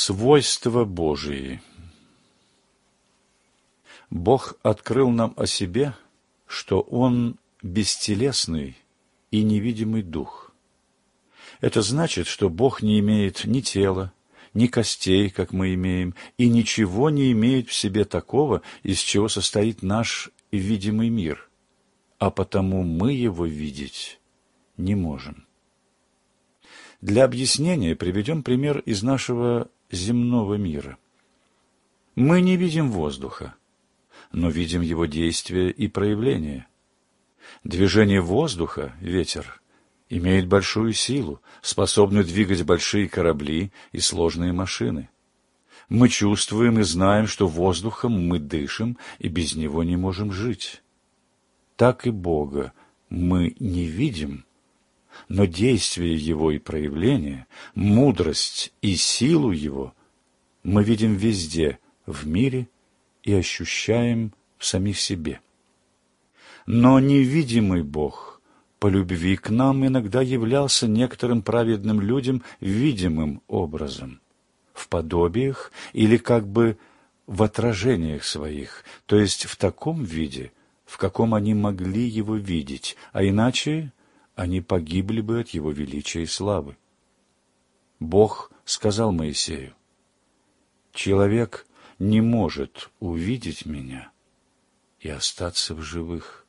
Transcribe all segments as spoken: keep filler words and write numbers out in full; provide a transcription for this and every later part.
Свойства Божии. Бог открыл нам о себе, что Он бестелесный и невидимый дух. Это значит, что Бог не имеет ни тела, ни костей, как мы имеем, и ничего не имеет в себе такого, из чего состоит наш видимый мир, а потому мы его видеть не можем. Для объяснения приведем пример из нашего земного мира. Мы не видим воздуха, но видим его действия и проявления. Движение воздуха, ветер, имеет большую силу, способный двигать большие корабли и сложные машины. Мы чувствуем и знаем, что воздухом мы дышим и без него не можем жить. Так и Бога мы не видим, но действие Его и проявление, мудрость и силу Его мы видим везде в мире и ощущаем в самих себе. Но невидимый Бог по любви к нам иногда являлся некоторым праведным людям видимым образом, в подобиях или как бы в отражениях своих, то есть в таком виде, в каком они могли Его видеть, а иначе они погибли бы от Его величия и славы. Бог сказал Моисею: «Человек не может увидеть Меня и остаться в живых».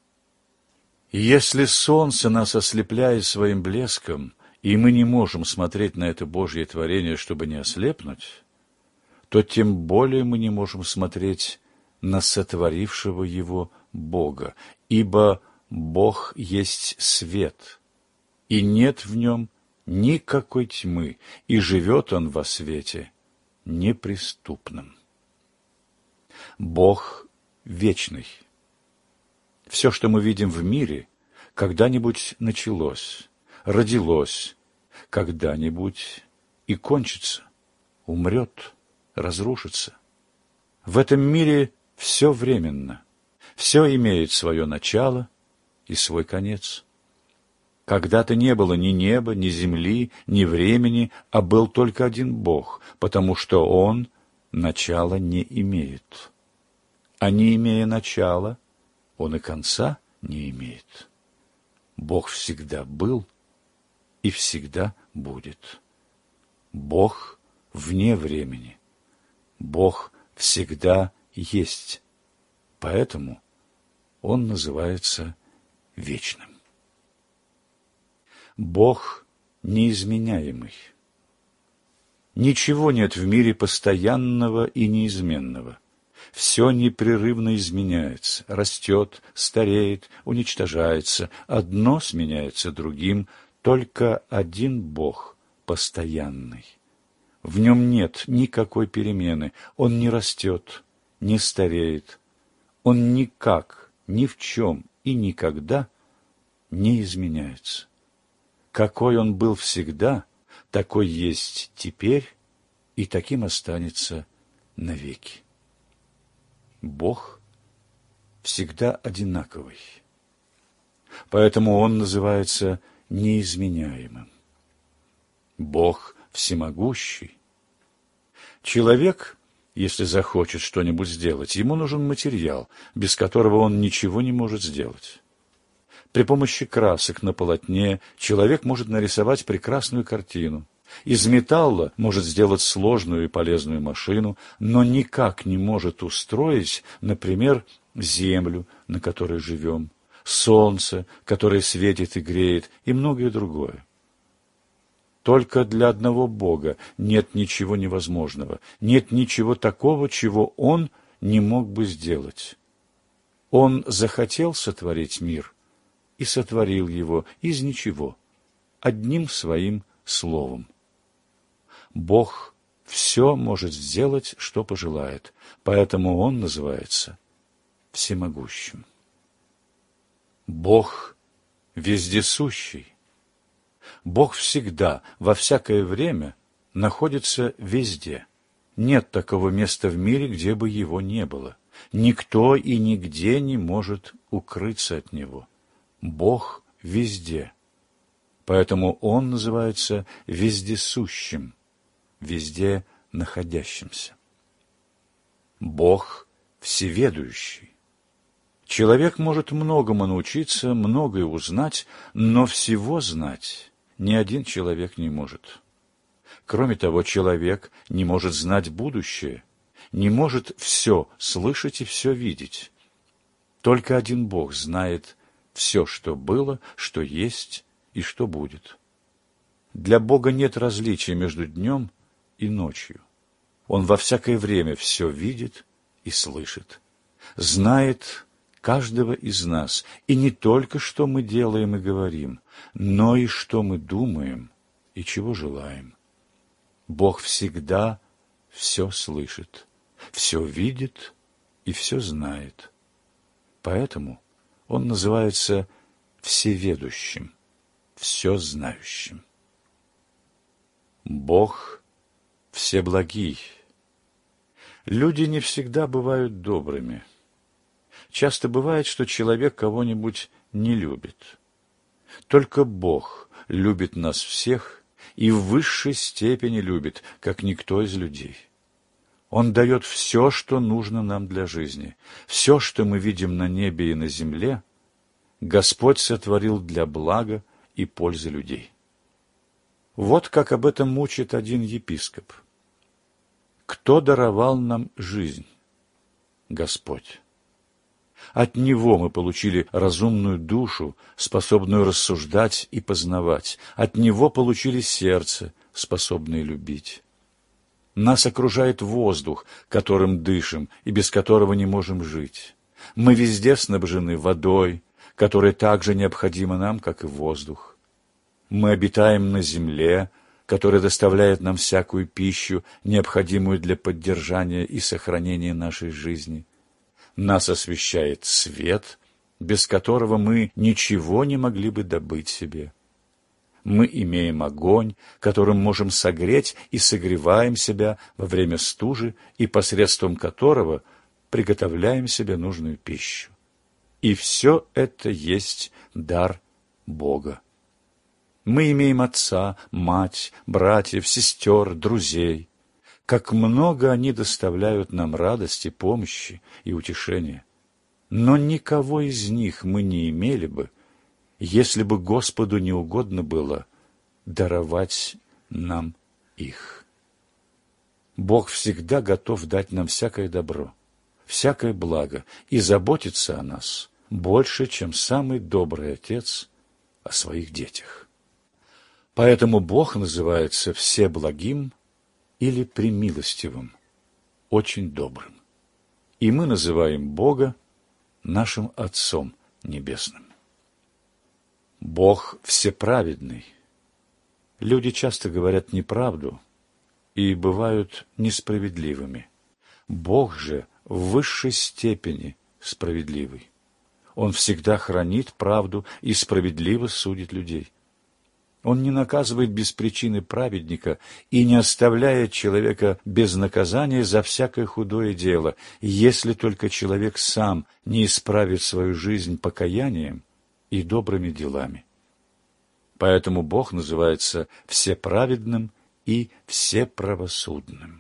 И если солнце нас ослепляет своим блеском, и мы не можем смотреть на это Божье творение, чтобы не ослепнуть, то тем более мы не можем смотреть на сотворившего его Бога, ибо Бог есть свет, и нет в нем никакой тьмы, и живет Он во свете неприступном. Бог вечный. Все, что мы видим в мире, когда-нибудь началось, родилось, когда-нибудь и кончится, умрет, разрушится. В этом мире все временно, все имеет свое начало и свой конец. Когда-то не было ни неба, ни земли, ни времени, а был только один Бог, потому что Он начала не имеет. А не имея начала, Он и конца не имеет. Бог всегда был и всегда будет. Бог вне времени. Бог всегда есть. Поэтому Он называется вечным. Бог неизменяемый. Ничего нет в мире постоянного и неизменного. Все непрерывно изменяется, растет, стареет, уничтожается. Одно сменяется другим, только один Бог постоянный. В нем нет никакой перемены, Он не растет, не стареет. Он никак, ни в чем и никогда не изменяется. Какой Он был всегда, такой есть теперь и таким останется навеки. Бог всегда одинаковый, поэтому Он называется неизменяемым. Бог всемогущий. Человек, если захочет что-нибудь сделать, ему нужен материал, без которого он ничего не может сделать. При помощи красок на полотне человек может нарисовать прекрасную картину. Из металла может сделать сложную и полезную машину, но никак не может устроить, например, землю, на которой живем, солнце, которое светит и греет, и многое другое. Только для одного Бога нет ничего невозможного, нет ничего такого, чего Он не мог бы сделать. Он захотел сотворить мир и сотворил его из ничего, одним своим словом. Бог все может сделать, что пожелает, поэтому Он называется всемогущим. Бог вездесущий. Бог всегда, во всякое время находится везде. Нет такого места в мире, где бы Его не было. Никто и нигде не может укрыться от Него. Бог везде. Поэтому Он называется вездесущим, везде находящимся. Бог всеведущий. Человек может многому научиться, многое узнать, но всего знать ни один человек не может. Кроме того, человек не может знать будущее, не может все слышать и все видеть. Только один Бог знает все, что было, что есть и что будет. Для Бога нет различия между днем и ночью. Он во всякое время все видит и слышит, знает каждого из нас, и не только, что мы делаем и говорим, но и что мы думаем и чего желаем. Бог всегда все слышит, все видит и все знает. Поэтому Он называется всеведущим, всезнающим. Бог всеблагий. Люди не всегда бывают добрыми. Часто бывает, что человек кого-нибудь не любит. Только Бог любит нас всех и в высшей степени любит, как никто из людей. Он дает все, что нужно нам для жизни. Все, что мы видим на небе и на земле, Господь сотворил для блага и пользы людей. Вот как об этом мучит один епископ. Кто даровал нам жизнь? Господь. От Него мы получили разумную душу, способную рассуждать и познавать. От Него получили сердце, способное любить. Нас окружает воздух, которым дышим и без которого не можем жить. Мы везде снабжены водой, которая так же необходима нам, как и воздух. Мы обитаем на земле, которая доставляет нам всякую пищу, необходимую для поддержания и сохранения нашей жизни. Нас освещает свет, без которого мы ничего не могли бы добыть себе. Мы имеем огонь, которым можем согреть и согреваем себя во время стужи, и посредством которого приготовляем себе нужную пищу. И все это есть дар Бога. Мы имеем отца, мать, братьев, сестер, друзей. Как много они доставляют нам радости, помощи и утешения. Но никого из них мы не имели бы, если бы Господу не угодно было даровать нам их. Бог всегда готов дать нам всякое добро, всякое благо и заботиться о нас больше, чем самый добрый отец о своих детях. Поэтому Бог называется всеблагим или премилостивым, очень добрым. И мы называем Бога нашим Отцом Небесным. Бог всеправедный. Люди часто говорят неправду и бывают несправедливыми. Бог же в высшей степени справедливый. Он всегда хранит правду и справедливо судит людей. Он не наказывает без причины праведника и не оставляет человека без наказания за всякое худое дело, если только человек сам не исправит свою жизнь покаянием и добрыми делами. Поэтому Бог называется всеправедным и всеправосудным.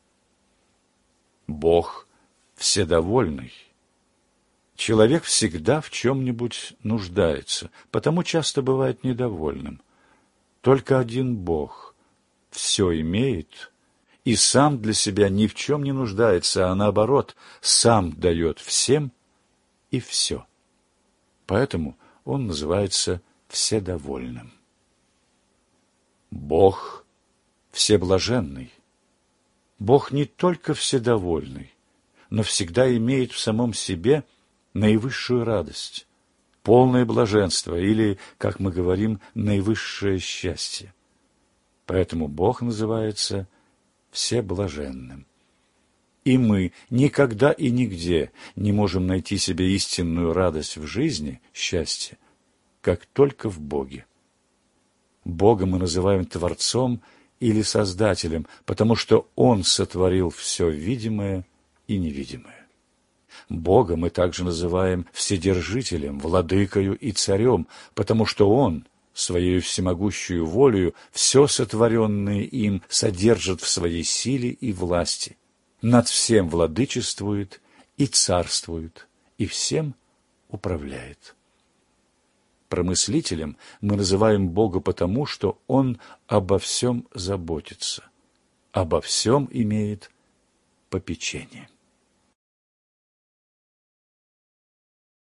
Бог вседовольный. Человек всегда в чем-нибудь нуждается, потому часто бывает недовольным. Только один Бог все имеет и сам для себя ни в чем не нуждается, а наоборот, сам дает всем и все. Поэтому Он называется вседовольным. Бог всеблаженный. Бог не только вседовольный, но всегда имеет в самом себе наивысшую радость, полное блаженство или, как мы говорим, наивысшее счастье. Поэтому Бог называется всеблаженным. И мы никогда и нигде не можем найти себе истинную радость в жизни, счастье, как только в Боге. Бога мы называем Творцом или Создателем, потому что Он сотворил все видимое и невидимое. Бога мы также называем Вседержителем, Владыкою и Царем, потому что Он Своею всемогущую волею все сотворенное им содержит в своей силе и власти, над всем владычествует и царствует, и всем управляет. Промыслителем мы называем Бога потому, что Он обо всем заботится, обо всем имеет попечение.